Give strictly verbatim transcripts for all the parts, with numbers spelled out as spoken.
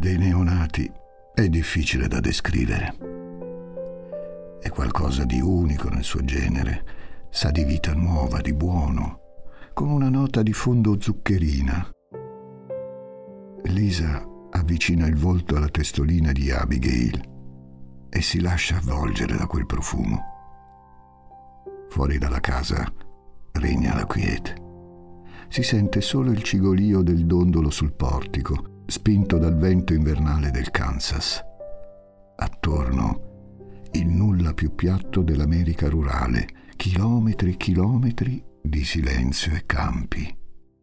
dei neonati è difficile da descrivere. È qualcosa di unico nel suo genere, sa di vita nuova, di buono, con una nota di fondo zuccherina. Lisa avvicina il volto alla testolina di Abigail e si lascia avvolgere da quel profumo. Fuori dalla casa regna la quiete. Si sente solo il cigolio del dondolo sul portico, spinto dal vento invernale del Kansas. Attorno il nulla più piatto dell'America rurale, chilometri e chilometri di silenzio e campi.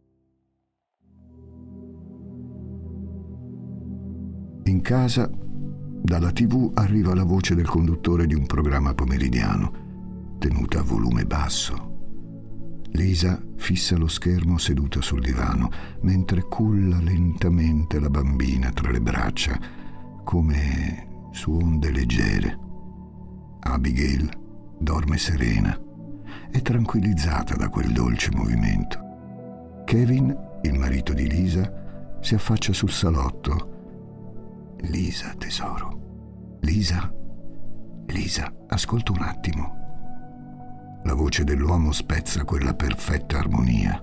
In casa, dalla tivù arriva la voce del conduttore di un programma pomeridiano, tenuta a volume basso. Lisa fissa lo schermo seduta sul divano, mentre culla lentamente la bambina tra le braccia, come su onde leggere. Abigail dorme serena e tranquillizzata da quel dolce movimento. Kevin, il marito di Lisa, si affaccia sul salotto. Lisa, tesoro. Lisa? Lisa, ascolta un attimo. La voce dell'uomo spezza quella perfetta armonia.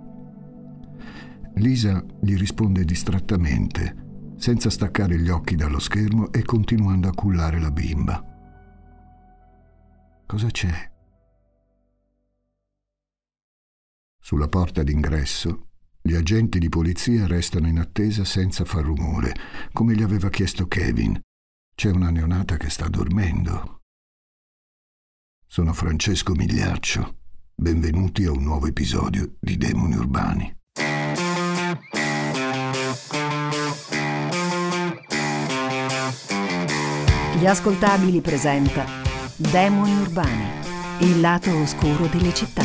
Lisa gli risponde distrattamente, senza staccare gli occhi dallo schermo e continuando a cullare la bimba. Cosa c'è? Sulla porta d'ingresso, gli agenti di polizia restano in attesa senza far rumore, come gli aveva chiesto Kevin. C'è una neonata che sta dormendo. Sono Francesco Migliaccio. Benvenuti a un nuovo episodio di Demoni Urbani. Gli Ascoltabili presenta Demoni Urbani, il lato oscuro delle città.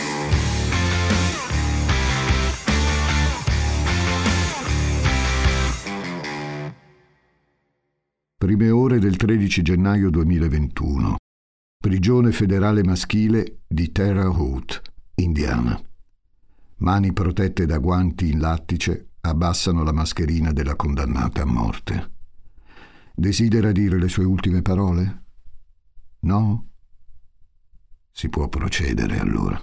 Prime ore del tredici gennaio duemilaventuno. Prigione federale maschile di Terre Haute, Indiana. Mani protette da guanti in lattice abbassano la mascherina della condannata a morte. Desidera dire le sue ultime parole? No? Si può procedere allora.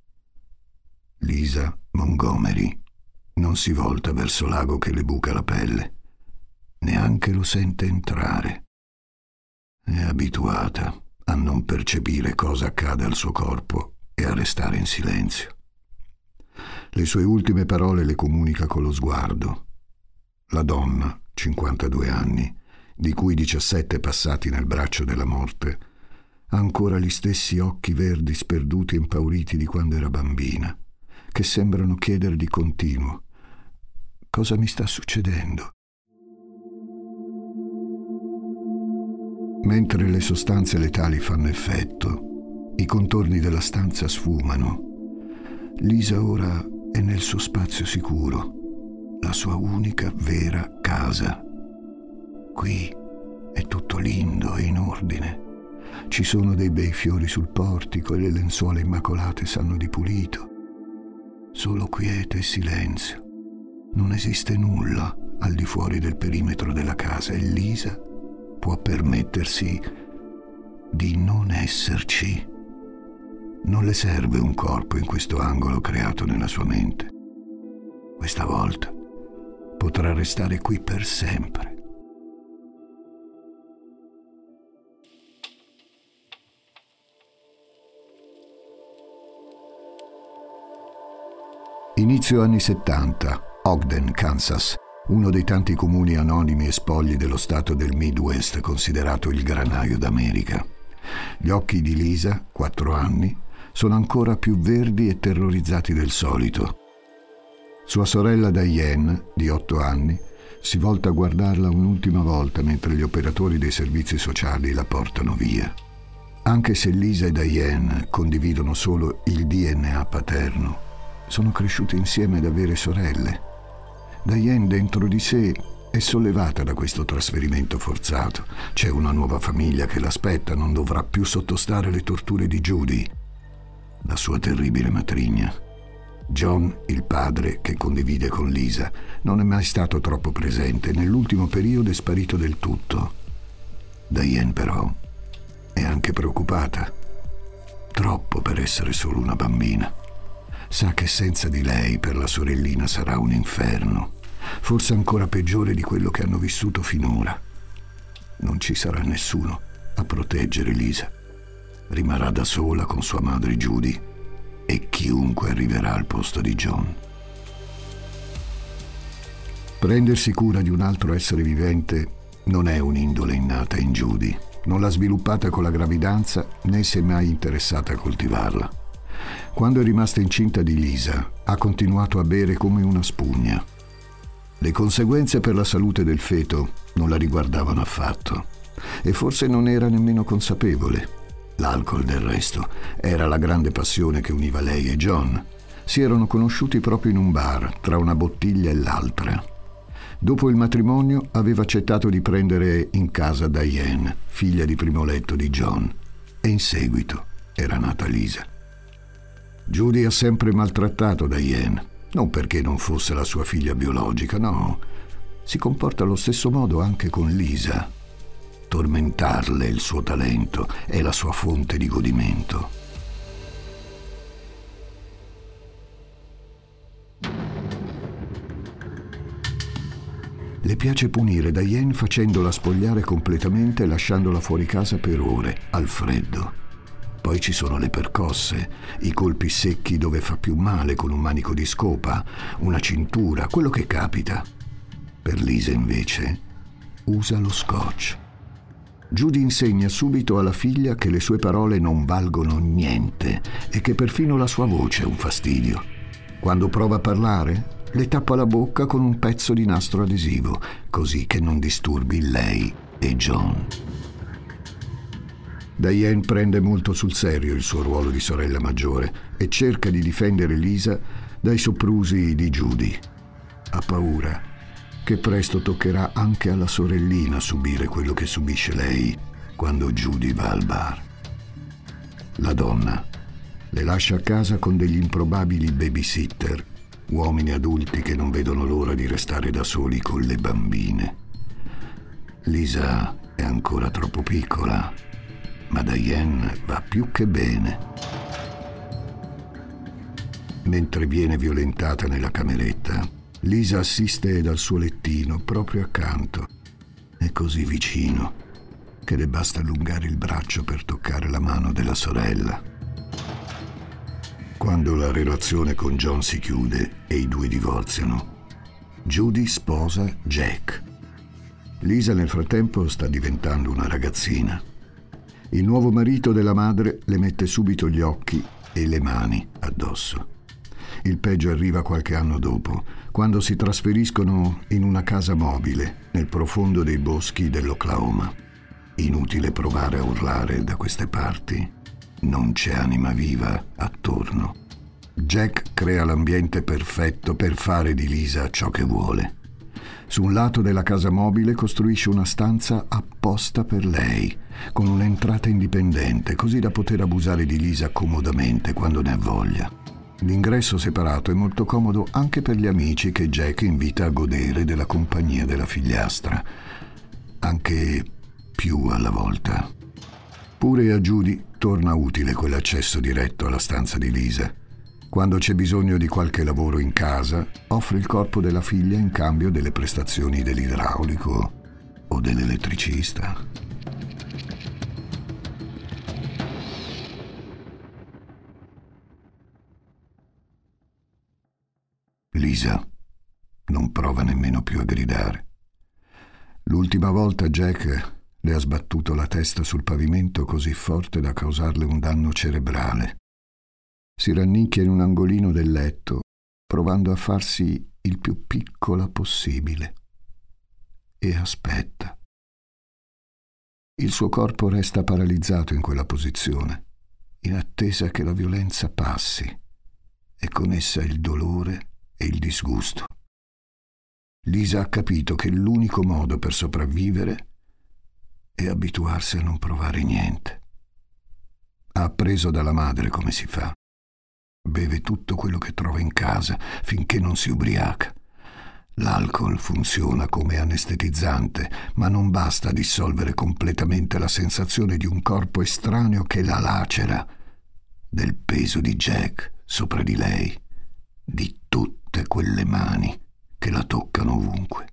Lisa Montgomery non si volta verso l'ago che le buca la pelle. Neanche lo sente entrare. È abituata a non percepire cosa accade al suo corpo e a restare in silenzio. Le sue ultime parole le comunica con lo sguardo. La donna, cinquantadue anni, di cui diciassette passati nel braccio della morte, ha ancora gli stessi occhi verdi sperduti e impauriti di quando era bambina, che sembrano chiedere di continuo: cosa mi sta succedendo? Mentre le sostanze letali fanno effetto, i contorni della stanza sfumano. Lisa ora è nel suo spazio sicuro, la sua unica vera casa. Qui è tutto lindo e in ordine. Ci sono dei bei fiori sul portico e le lenzuola immacolate sanno di pulito. Solo quiete e silenzio. Non esiste nulla al di fuori del perimetro della casa e Lisa può permettersi di non esserci. Non le serve un corpo in questo angolo creato nella sua mente. Questa volta potrà restare qui per sempre. Inizio anni settanta, Ogden, Kansas, uno dei tanti comuni anonimi e spogli dello stato del Midwest considerato il granaio d'America. Gli occhi di Lisa, quattro anni, sono ancora più verdi e terrorizzati del solito. Sua sorella Diane, di otto anni, si volta a guardarla un'ultima volta mentre gli operatori dei servizi sociali la portano via. Anche se Lisa e Diane condividono solo il D N A paterno, sono cresciute insieme da vere sorelle. Diane dentro di sé è sollevata da questo trasferimento forzato. C'è una nuova famiglia che l'aspetta, non dovrà più sottostare alle torture di Judy, la sua terribile matrigna. John, il padre che condivide con Lisa, non è mai stato troppo presente. Nell'ultimo periodo è sparito del tutto. Diane però è anche preoccupata. Troppo per essere solo una bambina. Sa che senza di lei per la sorellina sarà un inferno, forse ancora peggiore di quello che hanno vissuto finora. Non ci sarà nessuno a proteggere Lisa. Rimarrà da sola con sua madre Judy e chiunque arriverà al posto di John. Prendersi cura di un altro essere vivente non è un'indole innata in Judy. Non l'ha sviluppata con la gravidanza né si è mai interessata a coltivarla. Quando è rimasta incinta di Lisa, ha continuato a bere come una spugna. Le conseguenze per la salute del feto non la riguardavano affatto e forse non era nemmeno consapevole. L'alcol, del resto, era la grande passione che univa lei e John. Si erano conosciuti proprio in un bar, tra una bottiglia e l'altra. Dopo il matrimonio aveva accettato di prendere in casa Diane, figlia di primo letto di John, e in seguito era nata Lisa. Judy ha sempre maltrattato Diane, non perché non fosse la sua figlia biologica, no. Si comporta allo stesso modo anche con Lisa. Tormentarle il suo talento è la sua fonte di godimento. Le piace punire Diane facendola spogliare completamente e lasciandola fuori casa per ore, al freddo. Poi ci sono le percosse, i colpi secchi dove fa più male con un manico di scopa, una cintura, quello che capita. Per Lisa, invece, usa lo scotch. Judy insegna subito alla figlia che le sue parole non valgono niente e che perfino la sua voce è un fastidio. Quando prova a parlare, le tappa la bocca con un pezzo di nastro adesivo, così che non disturbi lei e John. Diane prende molto sul serio il suo ruolo di sorella maggiore e cerca di difendere Lisa dai soprusi di Judy. Ha paura che presto toccherà anche alla sorellina subire quello che subisce lei quando Judy va al bar. La donna le lascia a casa con degli improbabili babysitter, uomini adulti che non vedono l'ora di restare da soli con le bambine. Lisa è ancora troppo piccola, ma Diane va più che bene. Mentre viene violentata nella cameretta, Lisa assiste dal suo lettino proprio accanto. È così vicino che le basta allungare il braccio per toccare la mano della sorella. Quando la relazione con John si chiude e i due divorziano, Judy sposa Jack. Lisa nel frattempo sta diventando una ragazzina. Il nuovo marito della madre le mette subito gli occhi e le mani addosso. Il peggio arriva qualche anno dopo, quando si trasferiscono in una casa mobile nel profondo dei boschi dell'Oklahoma. Inutile provare a urlare da queste parti. Non c'è anima viva attorno. Jack crea l'ambiente perfetto per fare di Lisa ciò che vuole. Su un lato della casa mobile costruisce una stanza apposta per lei, con un'entrata indipendente, così da poter abusare di Lisa comodamente quando ne ha voglia. L'ingresso separato è molto comodo anche per gli amici che Jack invita a godere della compagnia della figliastra, anche più alla volta. Pure a Judy torna utile quell'accesso diretto alla stanza di Lisa. Quando c'è bisogno di qualche lavoro in casa, offre il corpo della figlia in cambio delle prestazioni dell'idraulico o dell'elettricista. Lisa non prova nemmeno più a gridare. L'ultima volta Jack le ha sbattuto la testa sul pavimento così forte da causarle un danno cerebrale. Si rannicchia in un angolino del letto, provando a farsi il più piccola possibile. E aspetta. Il suo corpo resta paralizzato in quella posizione, in attesa che la violenza passi, e con essa il dolore e il disgusto. Lisa ha capito che l'unico modo per sopravvivere è abituarsi a non provare niente. Ha appreso dalla madre come si fa. beve tutto quello che trova in casa finché non si ubriaca. L'alcol funziona come anestetizzante, ma non basta a dissolvere completamente la sensazione di un corpo estraneo che la lacera, del peso di Jack sopra di lei, di tutte quelle mani che la toccano ovunque.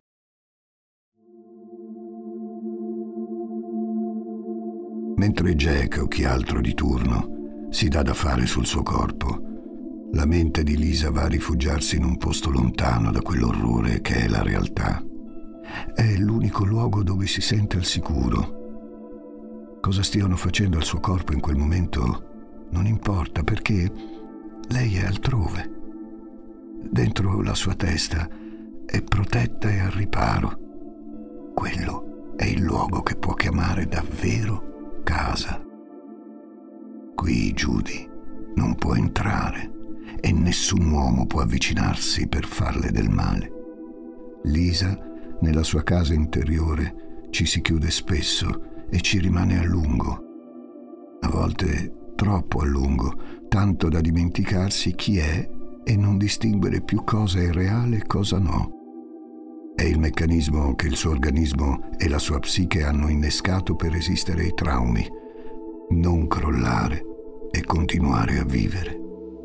Mentre Jack o chi altro di turno si dà da fare sul suo corpo, la mente di Lisa va a rifugiarsi in un posto lontano da quell'orrore che è la realtà. È l'unico luogo dove si sente al sicuro. Cosa stiano facendo al suo corpo in quel momento non importa, perché lei è altrove. Dentro la sua testa è protetta e al riparo. Quello è il luogo che può chiamare davvero casa. Qui Judy non può entrare e nessun uomo può avvicinarsi per farle del male. Lisa, nella sua casa interiore, ci si chiude spesso e ci rimane a lungo. A volte troppo a lungo, tanto da dimenticarsi chi è e non distinguere più cosa è reale e cosa no. È il meccanismo che il suo organismo e la sua psiche hanno innescato per resistere ai traumi. Non crollare e continuare a vivere.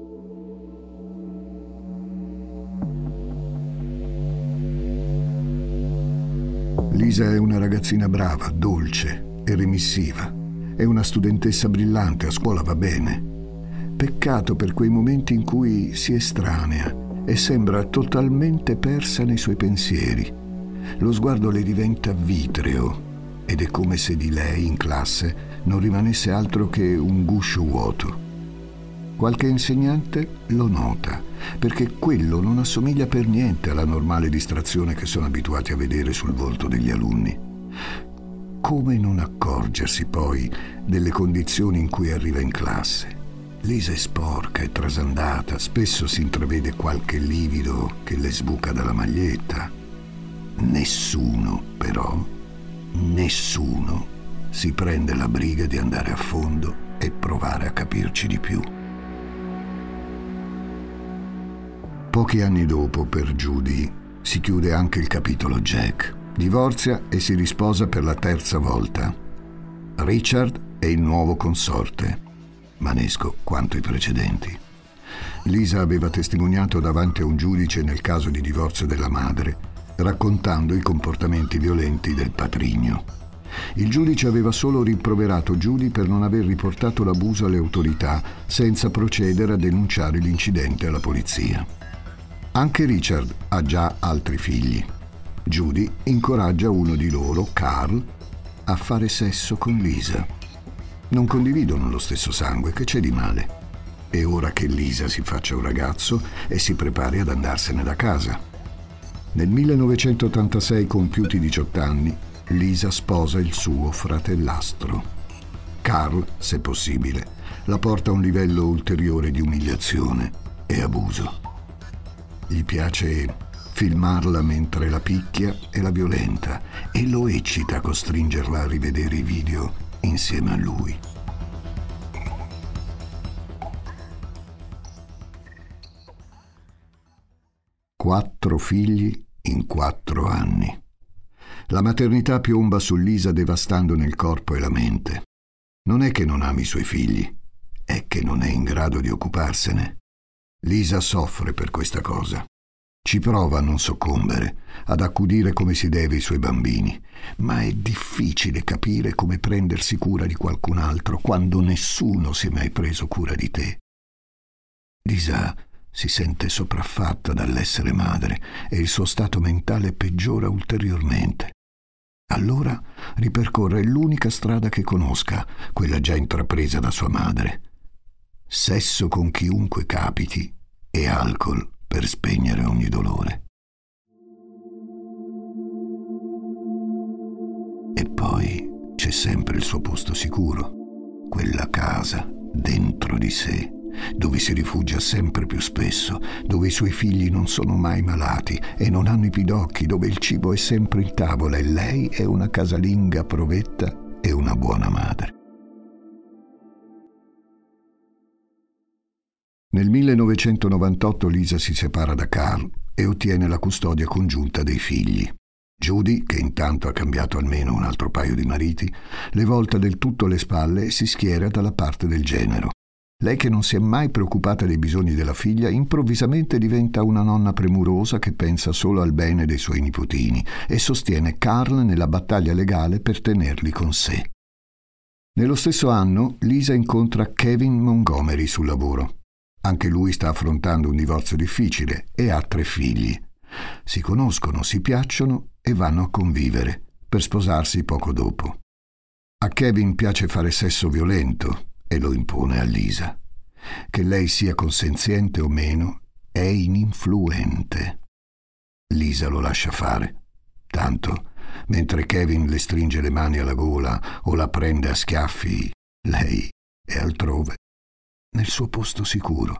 Lisa è una ragazzina brava, dolce e remissiva. È una studentessa brillante, a scuola va bene. Peccato per quei momenti in cui si estranea e sembra totalmente persa nei suoi pensieri. Lo sguardo le diventa vitreo ed è come se di lei in classe non rimanesse altro che un guscio vuoto. Qualche insegnante lo nota, perché quello non assomiglia per niente alla normale distrazione che sono abituati a vedere sul volto degli alunni. Come non accorgersi poi delle condizioni in cui arriva in classe? Lisa è sporca e trasandata, spesso si intravede qualche livido che le sbuca dalla maglietta. Nessuno, però, nessuno si prende la briga di andare a fondo e provare a capirci di più. Pochi anni dopo, per Judy, si chiude anche il capitolo Jack. Divorzia e si risposa per la terza volta. Richard è il nuovo consorte, manesco quanto i precedenti. Lisa aveva testimoniato davanti a un giudice nel caso di divorzio della madre, raccontando i comportamenti violenti del patrigno. Il giudice aveva solo rimproverato Judy per non aver riportato l'abuso alle autorità, senza procedere a denunciare l'incidente alla polizia. Anche Richard ha già altri figli. Judy incoraggia uno di loro, Carl, a fare sesso con Lisa. Non condividono lo stesso sangue, che c'è di male? È ora che Lisa si faccia un ragazzo e si prepari ad andarsene da casa. Nel millenovecentottantasei, compiuti diciotto anni, Lisa sposa il suo fratellastro. Carl, se possibile, la porta a un livello ulteriore di umiliazione e abuso. Gli piace filmarla mentre la picchia e la violenta e lo eccita a costringerla a rivedere i video insieme a lui. Quattro figli in quattro anni. La maternità piomba su Lisa devastandone il corpo e la mente. Non è che non ami i suoi figli, è che non è in grado di occuparsene. Lisa soffre per questa cosa. Ci prova a non soccombere, ad accudire come si deve i suoi bambini, ma è difficile capire come prendersi cura di qualcun altro quando nessuno si è mai preso cura di te. Lisa si sente sopraffatta dall'essere madre e il suo stato mentale peggiora ulteriormente. Allora ripercorre l'unica strada che conosca, quella già intrapresa da sua madre. Sesso con chiunque capiti e alcol per spegnere ogni dolore. E poi c'è sempre il suo posto sicuro, quella casa dentro di sé, dove si rifugia sempre più spesso, dove i suoi figli non sono mai malati e non hanno i pidocchi, dove il cibo è sempre in tavola e lei è una casalinga provetta e una buona madre. Nel millenovecentonovantotto Lisa si separa da Carl e ottiene la custodia congiunta dei figli. Judy, che intanto ha cambiato almeno un altro paio di mariti, le volta del tutto le spalle e si schiera dalla parte del genero. Lei, che non si è mai preoccupata dei bisogni della figlia, improvvisamente diventa una nonna premurosa che pensa solo al bene dei suoi nipotini e sostiene Carl nella battaglia legale per tenerli con sé. Nello stesso anno Lisa incontra Kevin Montgomery sul lavoro. Anche lui sta affrontando un divorzio difficile e ha tre figli. Si conoscono, si piacciono e vanno a convivere, per sposarsi poco dopo. A Kevin piace fare sesso violento e lo impone a Lisa. Che lei sia consenziente o meno, è ininfluente. Lisa lo lascia fare. Tanto, mentre Kevin le stringe le mani alla gola o la prende a schiaffi, lei è altrove, nel suo posto sicuro.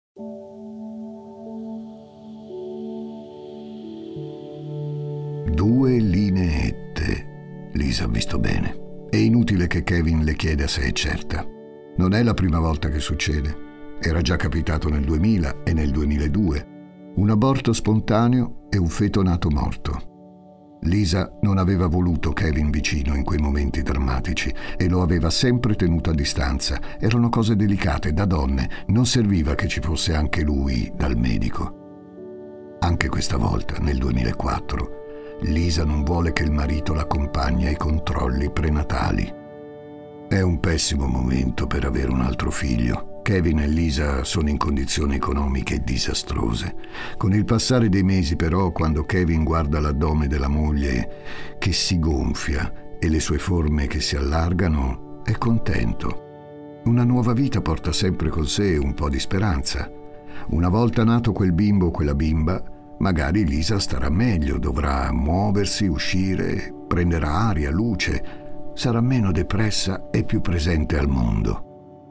Due lineette. Lisa ha visto bene. È inutile che Kevin le chieda se è certa. Non è la prima volta che succede. Era già capitato nel duemila e nel duemiladue. Un aborto spontaneo e un feto nato morto. Lisa non aveva voluto Kevin vicino in quei momenti drammatici e lo aveva sempre tenuto a distanza. Erano cose delicate, da donne. Non serviva che ci fosse anche lui dal medico. Anche questa volta, nel duemilaquattro, Lisa non vuole che il marito l'accompagni ai controlli prenatali. È un pessimo momento per avere un altro figlio. Kevin e Lisa sono in condizioni economiche disastrose. Con il passare dei mesi, però, quando Kevin guarda l'addome della moglie che si gonfia e le sue forme che si allargano, è contento. Una nuova vita porta sempre con sé un po' di speranza. Una volta nato quel bimbo o quella bimba, magari Lisa starà meglio, dovrà muoversi, uscire, prenderà aria, luce, sarà meno depressa e più presente al mondo.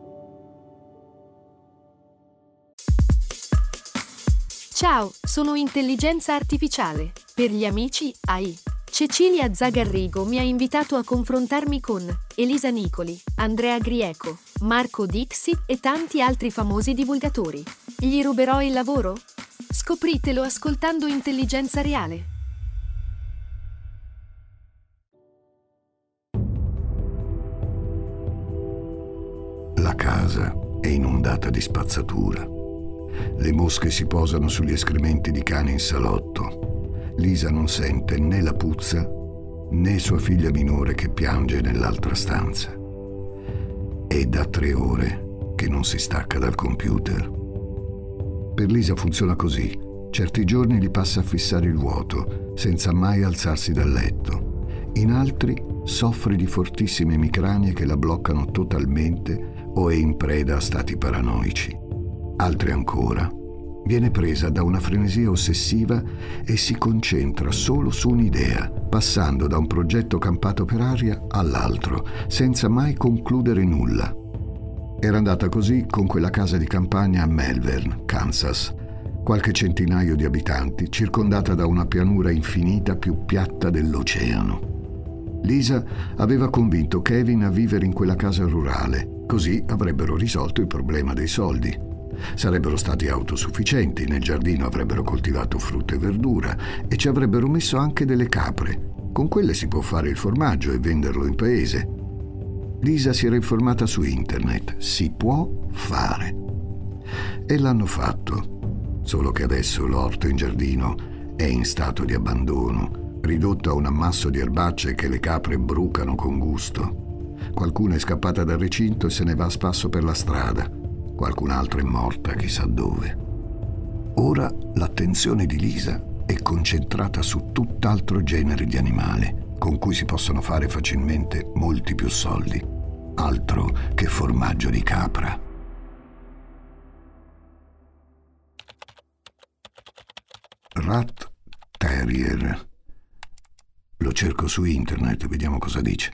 Ciao, sono Intelligenza Artificiale. Per gli amici A I. Cecilia Zagarrigo mi ha invitato a confrontarmi con Elisa Nicoli, Andrea Grieco, Marco Dixit e tanti altri famosi divulgatori. Gli ruberò il lavoro? Scopritelo ascoltando Intelligenza Reale. La casa è inondata di spazzatura. Le mosche si posano sugli escrementi di cani in salotto. Lisa non sente né la puzza né sua figlia minore che piange nell'altra stanza. È da tre ore che non si stacca dal computer. Per Lisa funziona così. Certi giorni gli passa a fissare il vuoto, senza mai alzarsi dal letto. In altri soffre di fortissime emicranie che la bloccano totalmente o è in preda a stati paranoici. Altri ancora viene presa da una frenesia ossessiva e si concentra solo su un'idea, passando da un progetto campato per aria all'altro, senza mai concludere nulla. Era andata così con quella casa di campagna a Malvern, Kansas, qualche centinaio di abitanti, circondata da una pianura infinita più piatta dell'oceano. Lisa aveva convinto Kevin a vivere in quella casa rurale, così avrebbero risolto il problema dei soldi. Sarebbero stati autosufficienti, nel giardino avrebbero coltivato frutta e verdura e ci avrebbero messo anche delle capre. Con quelle si può fare il formaggio e venderlo in paese. Lisa si era informata su internet. Si può fare. E l'hanno fatto. Solo che adesso l'orto in giardino è in stato di abbandono, ridotto a un ammasso di erbacce che le capre brucano con gusto. Qualcuna è scappata dal recinto e se ne va a spasso per la strada. Qualcun'altra è morta chissà dove. Ora l'attenzione di Lisa è concentrata su tutt'altro genere di animale, con cui si possono fare facilmente molti più soldi. Altro che formaggio di capra. Rat Terrier. Lo cerco su internet, vediamo cosa dice.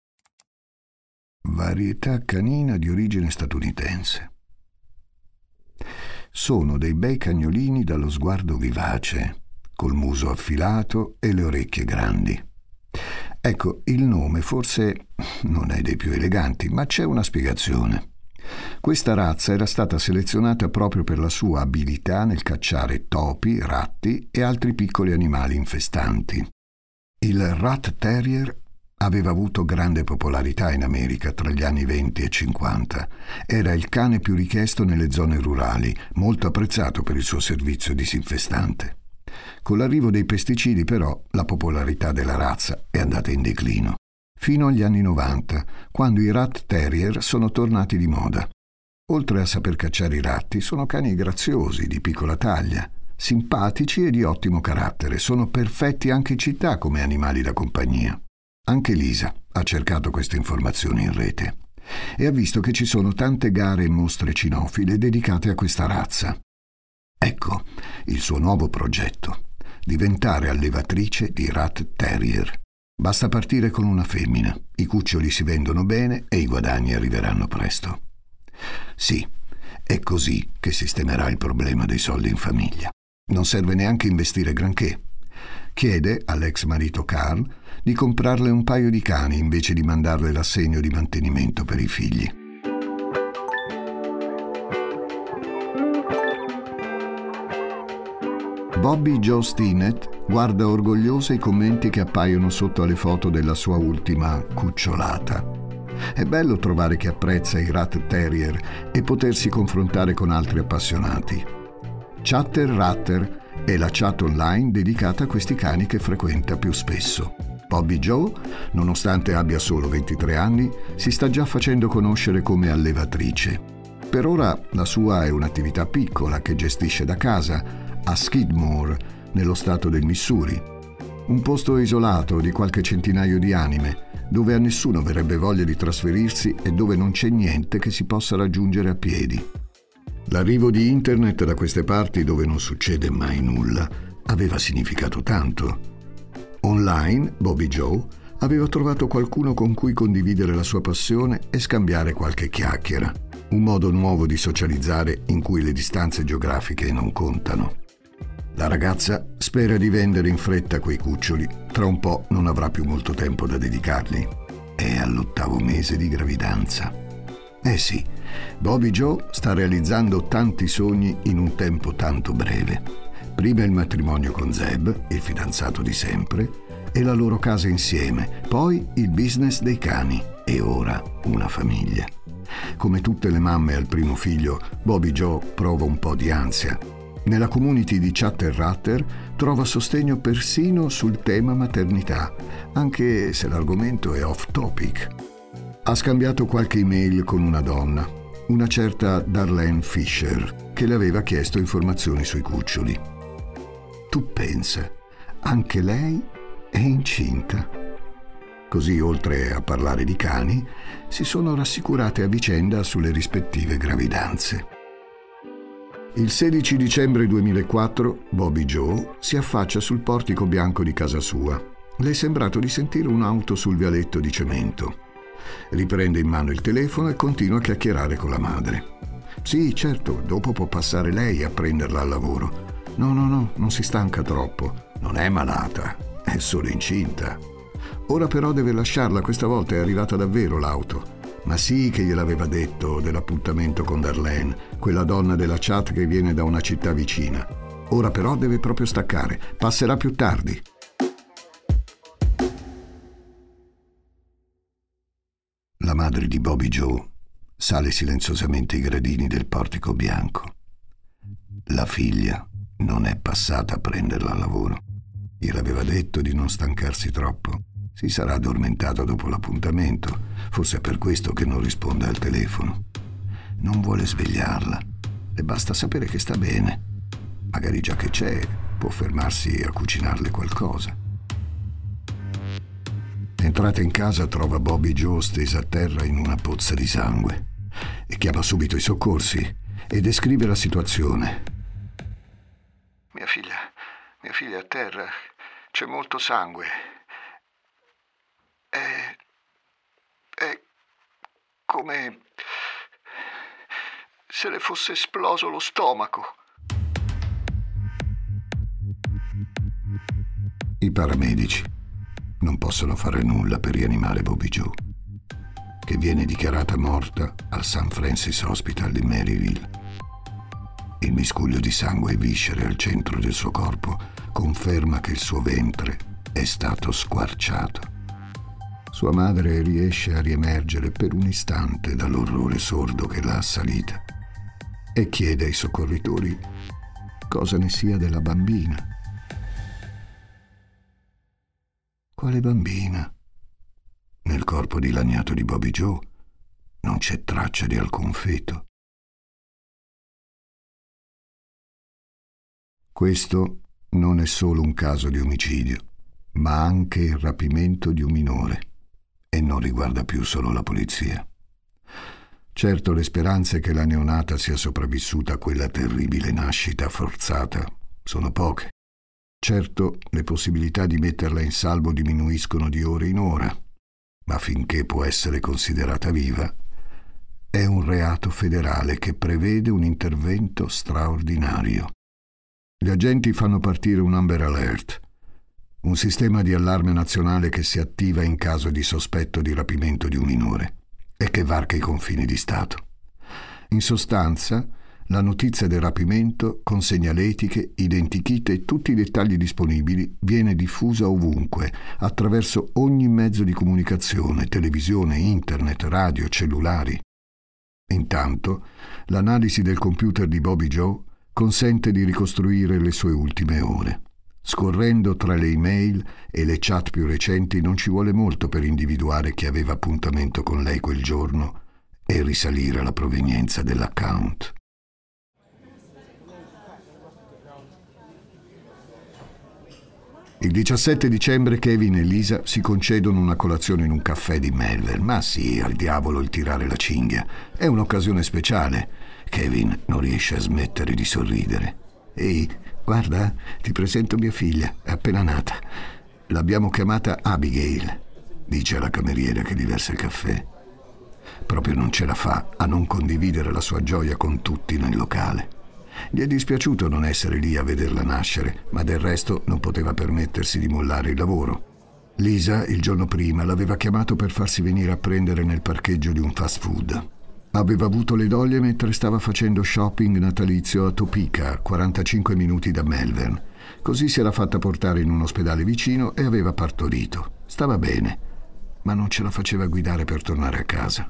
Varietà canina di origine statunitense. Sono dei bei cagnolini dallo sguardo vivace, col muso affilato e le orecchie grandi. Ecco, il nome forse non è dei più eleganti, ma c'è una spiegazione. Questa razza era stata selezionata proprio per la sua abilità nel cacciare topi, ratti e altri piccoli animali infestanti. Il Rat Terrier aveva avuto grande popolarità in America tra gli anni venti e cinquanta. Era il cane più richiesto nelle zone rurali, molto apprezzato per il suo servizio disinfestante. Con l'arrivo dei pesticidi, però, la popolarità della razza è andata in declino, fino agli anni novanta, quando i Rat Terrier sono tornati di moda. Oltre a saper cacciare i ratti, sono cani graziosi, di piccola taglia, simpatici e di ottimo carattere. Sono perfetti anche in città come animali da compagnia. Anche Lisa ha cercato queste informazioni in rete e ha visto che ci sono tante gare e mostre cinofile dedicate a questa razza. Ecco il suo nuovo progetto: diventare allevatrice di Rat Terrier. Basta partire con una femmina, i cuccioli si vendono bene e i guadagni arriveranno presto. Sì, è così che sistemerà il problema dei soldi in famiglia. Non serve neanche investire granché. Chiede all'ex marito Carl di comprarle un paio di cani invece di mandarle l'assegno di mantenimento per i figli. Bobby Joe Stinnett guarda orgogliosa i commenti che appaiono sotto alle foto della sua ultima cucciolata. È bello trovare chi apprezza i Rat Terrier e potersi confrontare con altri appassionati. Chatter Ratter è la chat online dedicata a questi cani che frequenta più spesso. Bobby Joe, nonostante abbia solo ventitré anni, si sta già facendo conoscere come allevatrice. Per ora la sua è un'attività piccola che gestisce da casa a Skidmore, nello stato del Missouri. Un posto isolato di qualche centinaio di anime, dove a nessuno verrebbe voglia di trasferirsi e dove non c'è niente che si possa raggiungere a piedi. L'arrivo di internet da queste parti, dove non succede mai nulla, aveva significato tanto. Online, Bobby Joe aveva trovato qualcuno con cui condividere la sua passione e scambiare qualche chiacchiera. Un modo nuovo di socializzare in cui le distanze geografiche non contano. La ragazza spera di vendere in fretta quei cuccioli. Tra un po' non avrà più molto tempo da dedicargli. È all'ottavo mese di gravidanza. Eh sì, Bobby Joe sta realizzando tanti sogni in un tempo tanto breve. Prima il matrimonio con Zeb, il fidanzato di sempre, e la loro casa insieme, poi il business dei cani e ora una famiglia. Come tutte le mamme al primo figlio, Bobby Joe prova un po' di ansia. Nella community di Chatter Ratter trova sostegno persino sul tema maternità, anche se l'argomento è off topic. Ha scambiato qualche email con una donna, una certa Darlene Fisher, che le aveva chiesto informazioni sui cuccioli. Tu pensa, anche lei è incinta. Così, oltre a parlare di cani, si sono rassicurate a vicenda sulle rispettive gravidanze. Il sedici dicembre duemilaquattro Bobby Joe si affaccia sul portico bianco di casa sua. Le è sembrato di sentire un'auto sul vialetto di cemento. Riprende in mano il telefono e continua a chiacchierare con la madre. Sì, certo, dopo può passare lei a prenderla al lavoro. No, no, no, non si stanca troppo. Non è malata, è solo incinta. Ora però deve lasciarla, questa volta è arrivata davvero l'auto. Ma sì che gliel'aveva detto dell'appuntamento con Darlene, quella donna della chat che viene da una città vicina. Ora però deve proprio staccare, passerà più tardi. La madre di Bobby Joe sale silenziosamente i gradini del portico bianco. La figlia non è passata a prenderla al lavoro. Gliel'aveva detto di non stancarsi troppo. Si sarà addormentato dopo l'appuntamento, forse è per questo che non risponde al telefono. Non vuole svegliarla, le basta sapere che sta bene. Magari già che c'è, può fermarsi a cucinarle qualcosa. Entrata in casa trova Bobby Joe stesa a terra in una pozza di sangue e chiama subito i soccorsi e descrive la situazione. Mia figlia, mia figlia è a terra, c'è molto sangue. È, è come se le fosse esploso lo stomaco. I paramedici non possono fare nulla per rianimare Bobby Joe. che viene dichiarata morta al Saint Francis Hospital di Maryville. Il miscuglio di sangue e viscere al centro del suo corpo conferma che il suo ventre è stato squarciato. Sua madre riesce a riemergere per un istante dall'orrore sordo che l'ha assalita e chiede ai soccorritori cosa ne sia della bambina. Quale bambina? Nel corpo dilaniato di Bobby Joe non c'è traccia di alcun feto. Questo non è solo un caso di omicidio, ma anche il rapimento di un minore, e non riguarda più solo la polizia. Certo, le speranze che la neonata sia sopravvissuta a quella terribile nascita forzata sono poche. Certo, le possibilità di metterla in salvo diminuiscono di ora in ora, ma finché può essere considerata viva, è un reato federale che prevede un intervento straordinario. Gli agenti fanno partire un Amber Alert, un sistema di allarme nazionale che si attiva in caso di sospetto di rapimento di un minore e che varca i confini di Stato. In sostanza, la notizia del rapimento, con segnaletiche, identikit e tutti i dettagli disponibili, viene diffusa ovunque, attraverso ogni mezzo di comunicazione, televisione, internet, radio, cellulari. Intanto, l'analisi del computer di Bobby Joe consente di ricostruire le sue ultime ore. Scorrendo tra le email e le chat più recenti non ci vuole molto per individuare chi aveva appuntamento con lei quel giorno e risalire alla provenienza dell'account. Il diciassette dicembre Kevin e Lisa si concedono una colazione in un caffè di Melville. Ma sì, al diavolo il tirare la cinghia. È un'occasione speciale. Kevin non riesce a smettere di sorridere. Ehi, guarda, ti presento mia figlia, è appena nata. L'abbiamo chiamata Abigail, dice alla cameriera che gli versa il caffè. Proprio non ce la fa a non condividere la sua gioia con tutti nel locale. Gli è dispiaciuto non essere lì a vederla nascere, ma del resto non poteva permettersi di mollare il lavoro. Lisa, il giorno prima, l'aveva chiamato per farsi venire a prendere nel parcheggio di un fast food. Aveva avuto le doglie mentre stava facendo shopping natalizio a Topeka, quarantacinque minuti da Melbourne. Così si era fatta portare in un ospedale vicino e aveva partorito. Stava bene, ma non ce la faceva guidare per tornare a casa.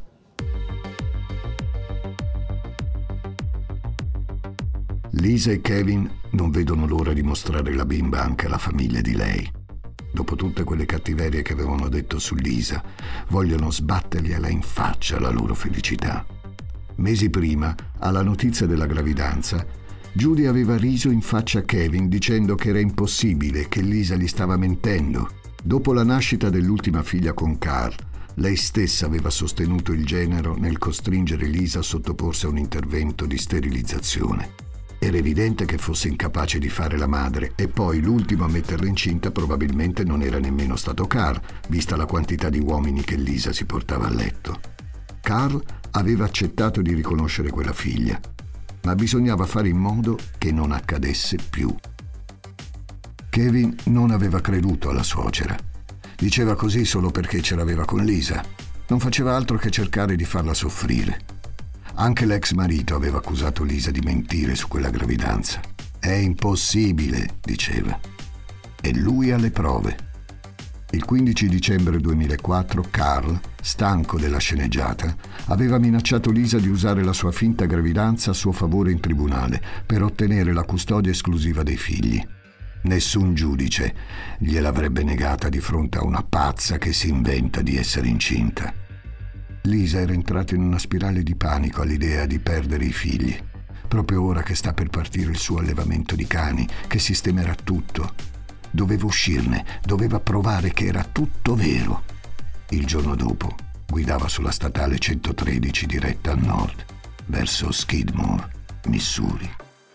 Lisa e Kevin non vedono l'ora di mostrare la bimba anche alla famiglia di lei. Dopo tutte quelle cattiverie che avevano detto su Lisa, vogliono sbattergliela in faccia la loro felicità. Mesi prima, alla notizia della gravidanza, Judy aveva riso in faccia a Kevin dicendo che era impossibile, che Lisa gli stava mentendo. Dopo la nascita dell'ultima figlia con Carl, lei stessa aveva sostenuto il genero nel costringere Lisa a sottoporsi a un intervento di sterilizzazione. Era evidente che fosse incapace di fare la madre e poi l'ultimo a metterla incinta probabilmente non era nemmeno stato Carl, vista la quantità di uomini che Lisa si portava a letto. Carl aveva accettato di riconoscere quella figlia, ma bisognava fare in modo che non accadesse più. Kevin non aveva creduto alla suocera. Diceva così solo perché ce l'aveva con Lisa. Non faceva altro che cercare di farla soffrire. Anche l'ex marito aveva accusato Lisa di mentire su quella gravidanza. È impossibile, diceva. E lui ha le prove. Il quindici dicembre duemilaquattro Carl, stanco della sceneggiata, aveva minacciato Lisa di usare la sua finta gravidanza a suo favore in tribunale per ottenere la custodia esclusiva dei figli. Nessun giudice gliel'avrebbe negata di fronte a una pazza che si inventa di essere incinta. Lisa era entrata in una spirale di panico all'idea di perdere i figli, proprio ora che sta per partire il suo allevamento di cani, che sistemerà tutto. Doveva uscirne, doveva provare che era tutto vero. Il giorno dopo guidava sulla statale centotredici diretta a nord, verso Skidmore, Missouri.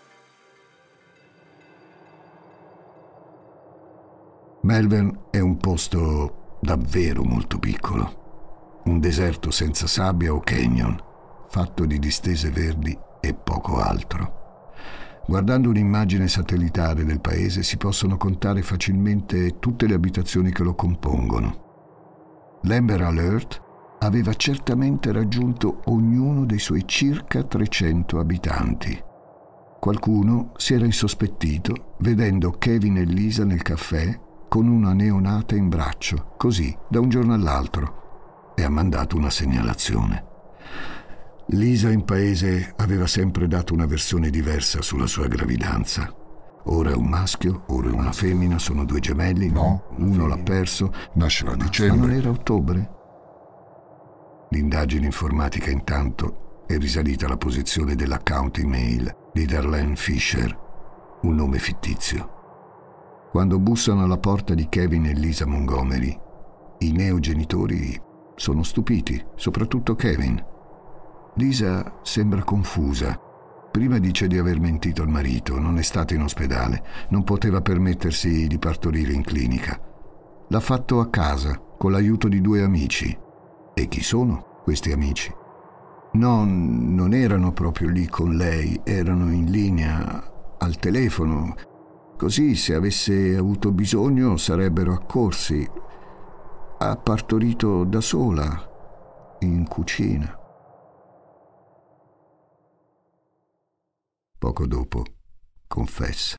Melbourne è un posto davvero molto piccolo. Un deserto senza sabbia o canyon, fatto di distese verdi e poco altro. Guardando un'immagine satellitare del paese si possono contare facilmente tutte le abitazioni che lo compongono. L'Amber Alert aveva certamente raggiunto ognuno dei suoi circa trecento abitanti. Qualcuno si era insospettito vedendo Kevin e Lisa nel caffè con una neonata in braccio, così, da un giorno all'altro, e ha mandato una segnalazione. Lisa in paese aveva sempre dato una versione diversa sulla sua gravidanza. Ora è un maschio, ora è una femmina, sono due gemelli, no, uno l'ha perso, nascerà a dicembre. Ma non era ottobre? L'indagine informatica intanto è risalita alla posizione dell'account email di Darlene Fisher, un nome fittizio. Quando bussano alla porta di Kevin e Lisa Montgomery, i neogenitori sono stupiti, soprattutto Kevin. Lisa sembra confusa. Prima dice di aver mentito al marito, non è stata in ospedale, non poteva permettersi di partorire in clinica. L'ha fatto a casa, con l'aiuto di due amici. E chi sono questi amici? No, non erano proprio lì con lei, erano in linea al telefono. Così, se avesse avuto bisogno, sarebbero accorsi. Ha partorito da sola, in cucina. Poco dopo, confessa.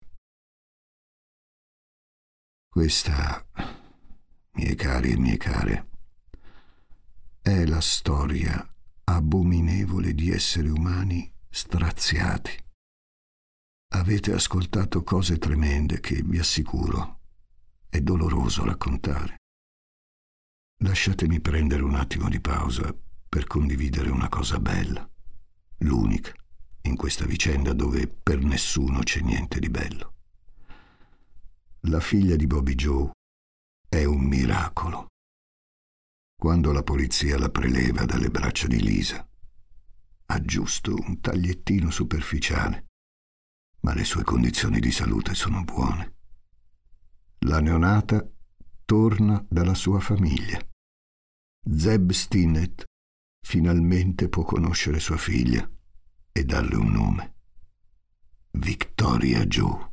Questa, miei cari e mie care, è la storia abominevole di esseri umani straziati. Avete ascoltato cose tremende che, vi assicuro, è doloroso raccontare. Lasciatemi prendere un attimo di pausa per condividere una cosa bella, l'unica in questa vicenda dove per nessuno c'è niente di bello. La figlia di Bobby Joe è un miracolo. Quando la polizia la preleva dalle braccia di Lisa, ha giusto un tagliettino superficiale, ma le sue condizioni di salute sono buone. La neonata torna dalla sua famiglia. Zeb Stinnett finalmente può conoscere sua figlia e darle un nome. Victoria Joe.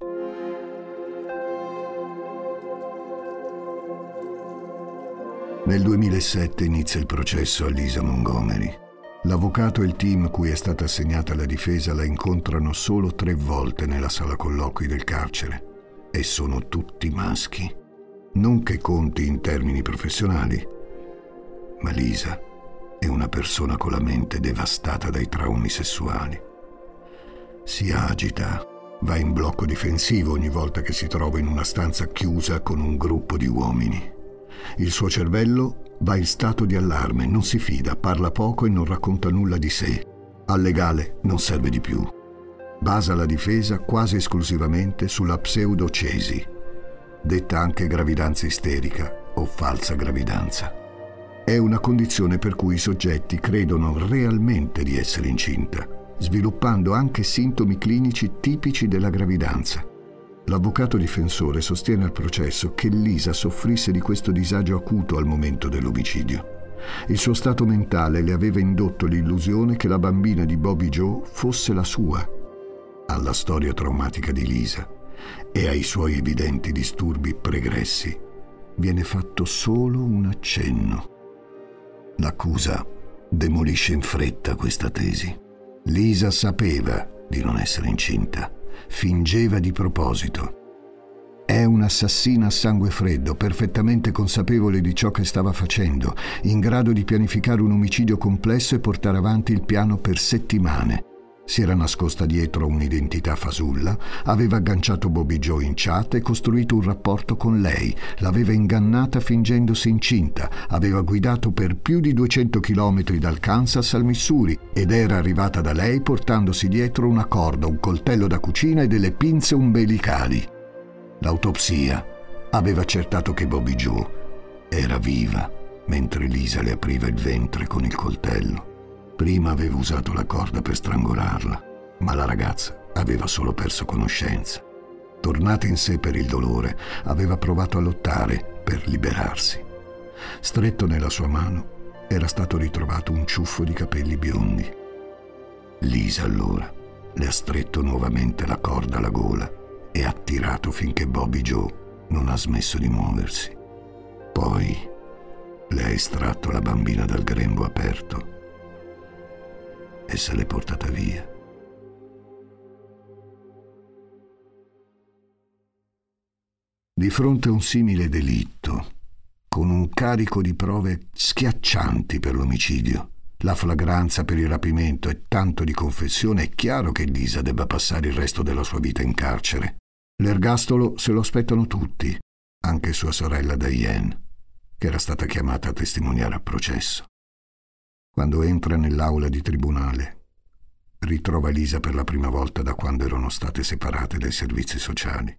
Nel duemilasette inizia il processo a Lisa Montgomery. L'avvocato e il team cui è stata assegnata la difesa la incontrano solo tre volte nella sala colloqui del carcere e sono tutti maschi. Non che conti in termini professionali, ma Lisa è una persona con la mente devastata dai traumi sessuali. Si agita, va in blocco difensivo ogni volta che si trova in una stanza chiusa con un gruppo di uomini. Il suo cervello va in stato di allarme, non si fida, parla poco e non racconta nulla di sé. Al legale non serve di più. Basa la difesa quasi esclusivamente sulla pseudocesi, detta anche gravidanza isterica o falsa gravidanza. È una condizione per cui i soggetti credono realmente di essere incinta, sviluppando anche sintomi clinici tipici della gravidanza. L'avvocato difensore sostiene al processo che Lisa soffrisse di questo disagio acuto al momento dell'omicidio. Il suo stato mentale le aveva indotto l'illusione che la bambina di Bobby Joe fosse la sua. Alla storia traumatica di Lisa e ai suoi evidenti disturbi pregressi viene fatto solo un accenno. L'accusa demolisce in fretta questa tesi. Lisa sapeva di non essere incinta, fingeva di proposito. È un'assassina a sangue freddo, perfettamente consapevole di ciò che stava facendo, in grado di pianificare un omicidio complesso e portare avanti il piano per settimane. Si era nascosta dietro un'identità fasulla, aveva agganciato Bobby Joe in chat e costruito un rapporto con lei, l'aveva ingannata fingendosi incinta, aveva guidato per più di duecento chilometri dal Kansas al Missouri ed era arrivata da lei portandosi dietro una corda, un coltello da cucina e delle pinze umbilicali. L'autopsia aveva accertato che Bobby Joe era viva mentre Lisa le apriva il ventre con il coltello. Prima aveva usato la corda per strangolarla, ma la ragazza aveva solo perso conoscenza. Tornata in sé per il dolore, aveva provato a lottare per liberarsi. Stretto nella sua mano era stato ritrovato un ciuffo di capelli biondi. Lisa allora le ha stretto nuovamente la corda alla gola e ha tirato finché Bobby Joe non ha smesso di muoversi. Poi le ha estratto la bambina dal grembo aperto e se l'è portata via. Di fronte a un simile delitto, con un carico di prove schiaccianti per l'omicidio, la flagranza per il rapimento e tanto di confessione, è chiaro che Lisa debba passare il resto della sua vita in carcere. L'ergastolo se lo aspettano tutti, anche sua sorella Diane, che era stata chiamata a testimoniare al processo. Quando entra nell'aula di tribunale, ritrova Lisa per la prima volta da quando erano state separate dai servizi sociali.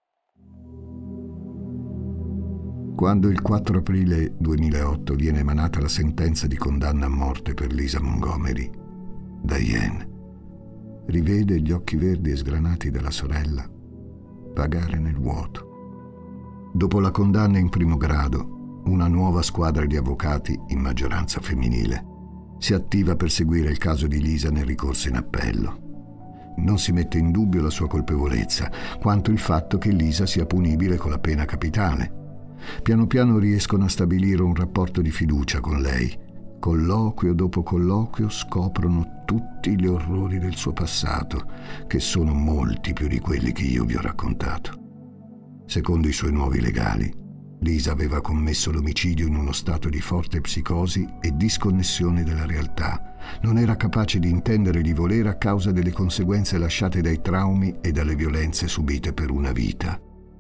Quando il quattro aprile duemilaotto viene emanata la sentenza di condanna a morte per Lisa Montgomery, Diane rivede gli occhi verdi e sgranati della sorella vagare nel vuoto. Dopo la condanna in primo grado, una nuova squadra di avvocati, in maggioranza femminile, si attiva per seguire il caso di Lisa nel ricorso in appello. Non si mette in dubbio la sua colpevolezza, quanto il fatto che Lisa sia punibile con la pena capitale. Piano piano riescono a stabilire un rapporto di fiducia con lei. Colloquio dopo colloquio scoprono tutti gli orrori del suo passato, che sono molti più di quelli che io vi ho raccontato. Secondo i suoi nuovi legali, Lisa aveva commesso l'omicidio in uno stato di forte psicosi e disconnessione dalla realtà. Non era capace di intendere e di volere a causa delle conseguenze lasciate dai traumi e dalle violenze subite per una vita.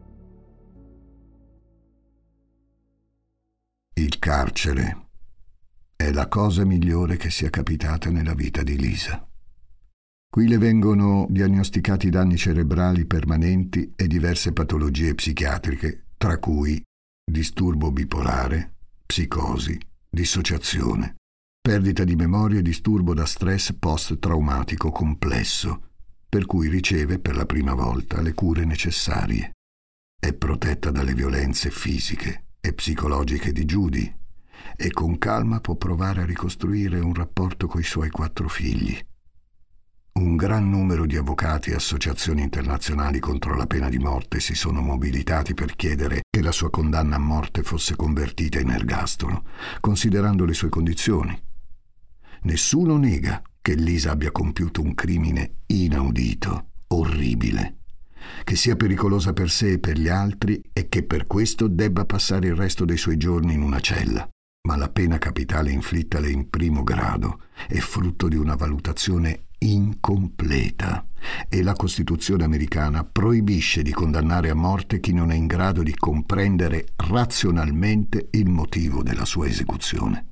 Il carcere è la cosa migliore che sia capitata nella vita di Lisa. Qui le vengono diagnosticati danni cerebrali permanenti e diverse patologie psichiatriche, tra cui disturbo bipolare, psicosi, dissociazione, perdita di memoria e disturbo da stress post-traumatico complesso, per cui riceve per la prima volta le cure necessarie. È protetta dalle violenze fisiche e psicologiche di Judy e con calma può provare a ricostruire un rapporto coi suoi quattro figli. Un gran numero di avvocati e associazioni internazionali contro la pena di morte si sono mobilitati per chiedere che la sua condanna a morte fosse convertita in ergastolo, considerando le sue condizioni. Nessuno nega che Lisa abbia compiuto un crimine inaudito, orribile, che sia pericolosa per sé e per gli altri e che per questo debba passare il resto dei suoi giorni in una cella. Ma la pena capitale inflittale in primo grado è frutto di una valutazione incompleta e la Costituzione americana proibisce di condannare a morte chi non è in grado di comprendere razionalmente il motivo della sua esecuzione.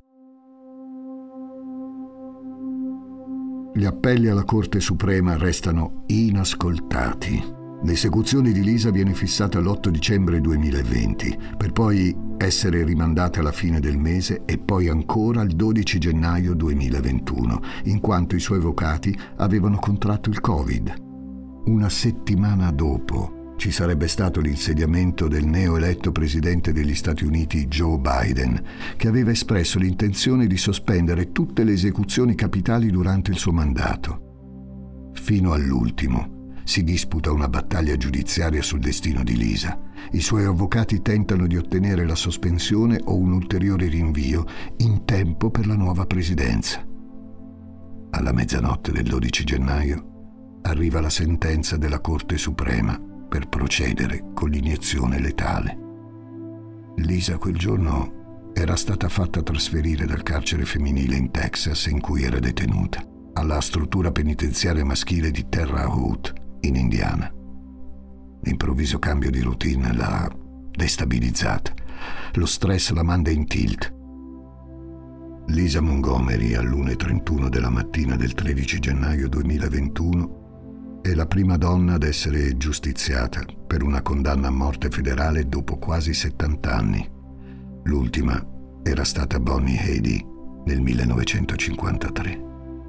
Gli appelli alla Corte Suprema restano inascoltati. L'esecuzione di Lisa viene fissata l'otto dicembre duemilaventi, per poi essere rimandata alla fine del mese e poi ancora al dodici gennaio duemilaventuno, in quanto i suoi avvocati avevano contratto il Covid. Una settimana dopo ci sarebbe stato l'insediamento del neoeletto presidente degli Stati Uniti Joe Biden, che aveva espresso l'intenzione di sospendere tutte le esecuzioni capitali durante il suo mandato. Fino all'ultimo si disputa una battaglia giudiziaria sul destino di Lisa. I suoi avvocati tentano di ottenere la sospensione o un ulteriore rinvio in tempo per la nuova presidenza. Alla mezzanotte del dodici gennaio arriva la sentenza della Corte Suprema per procedere con l'iniezione letale. Lisa quel giorno era stata fatta trasferire dal carcere femminile in Texas in cui era detenuta alla struttura penitenziaria maschile di Terre Haute in Indiana. L'improvviso cambio di routine l'ha destabilizzata. Lo stress la manda in tilt. Lisa Montgomery, all'una e trentuno della mattina del tredici gennaio duemilaventuno, è la prima donna ad essere giustiziata per una condanna a morte federale dopo quasi settanta anni. L'ultima era stata Bonnie Heady nel millenovecentocinquantatré.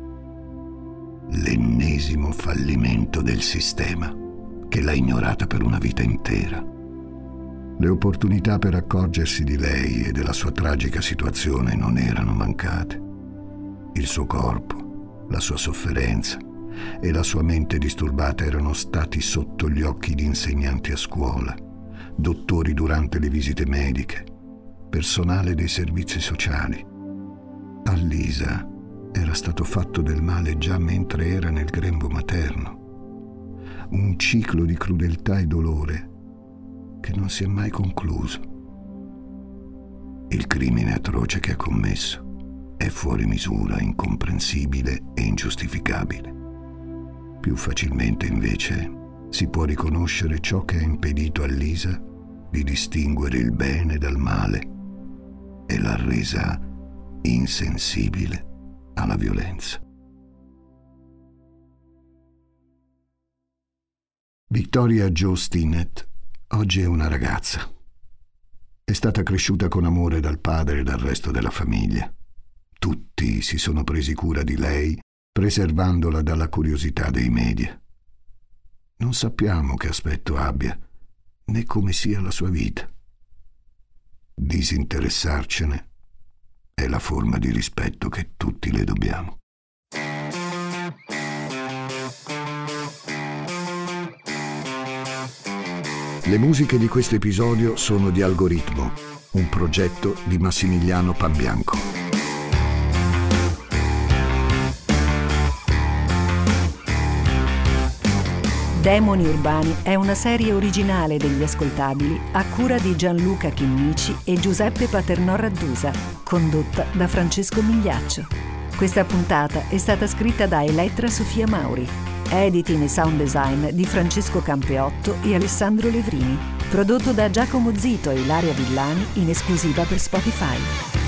L'ennesimo fallimento del sistema che l'ha ignorata per una vita intera. Le opportunità per accorgersi di lei e della sua tragica situazione non erano mancate. Il suo corpo, la sua sofferenza e la sua mente disturbata erano stati sotto gli occhi di insegnanti a scuola, dottori durante le visite mediche, personale dei servizi sociali. A Lisa era stato fatto del male già mentre era nel grembo materno. Un ciclo di crudeltà e dolore che non si è mai concluso. Il crimine atroce che ha commesso è fuori misura, incomprensibile e ingiustificabile. Più facilmente, invece, si può riconoscere ciò che ha impedito a Lisa di distinguere il bene dal male e l'ha resa insensibile alla violenza. Victoria Jo Stinnett oggi è una ragazza. È stata cresciuta con amore dal padre e dal resto della famiglia. Tutti si sono presi cura di lei, preservandola dalla curiosità dei media. Non sappiamo che aspetto abbia, né come sia la sua vita. Disinteressarcene è la forma di rispetto che tutti le dobbiamo. Le musiche di questo episodio sono di Algoritmo, un progetto di Massimiliano Pabianco. Demoni Urbani è una serie originale degli Ascoltabili a cura di Gianluca Chinnici e Giuseppe Paternò Raddusa, condotta da Francesco Migliaccio. Questa puntata è stata scritta da Elettra Sofia Mauri, editing e sound design di Francesco Campeotto e Alessandro Levrini, prodotto da Giacomo Zito e Ilaria Villani in esclusiva per Spotify.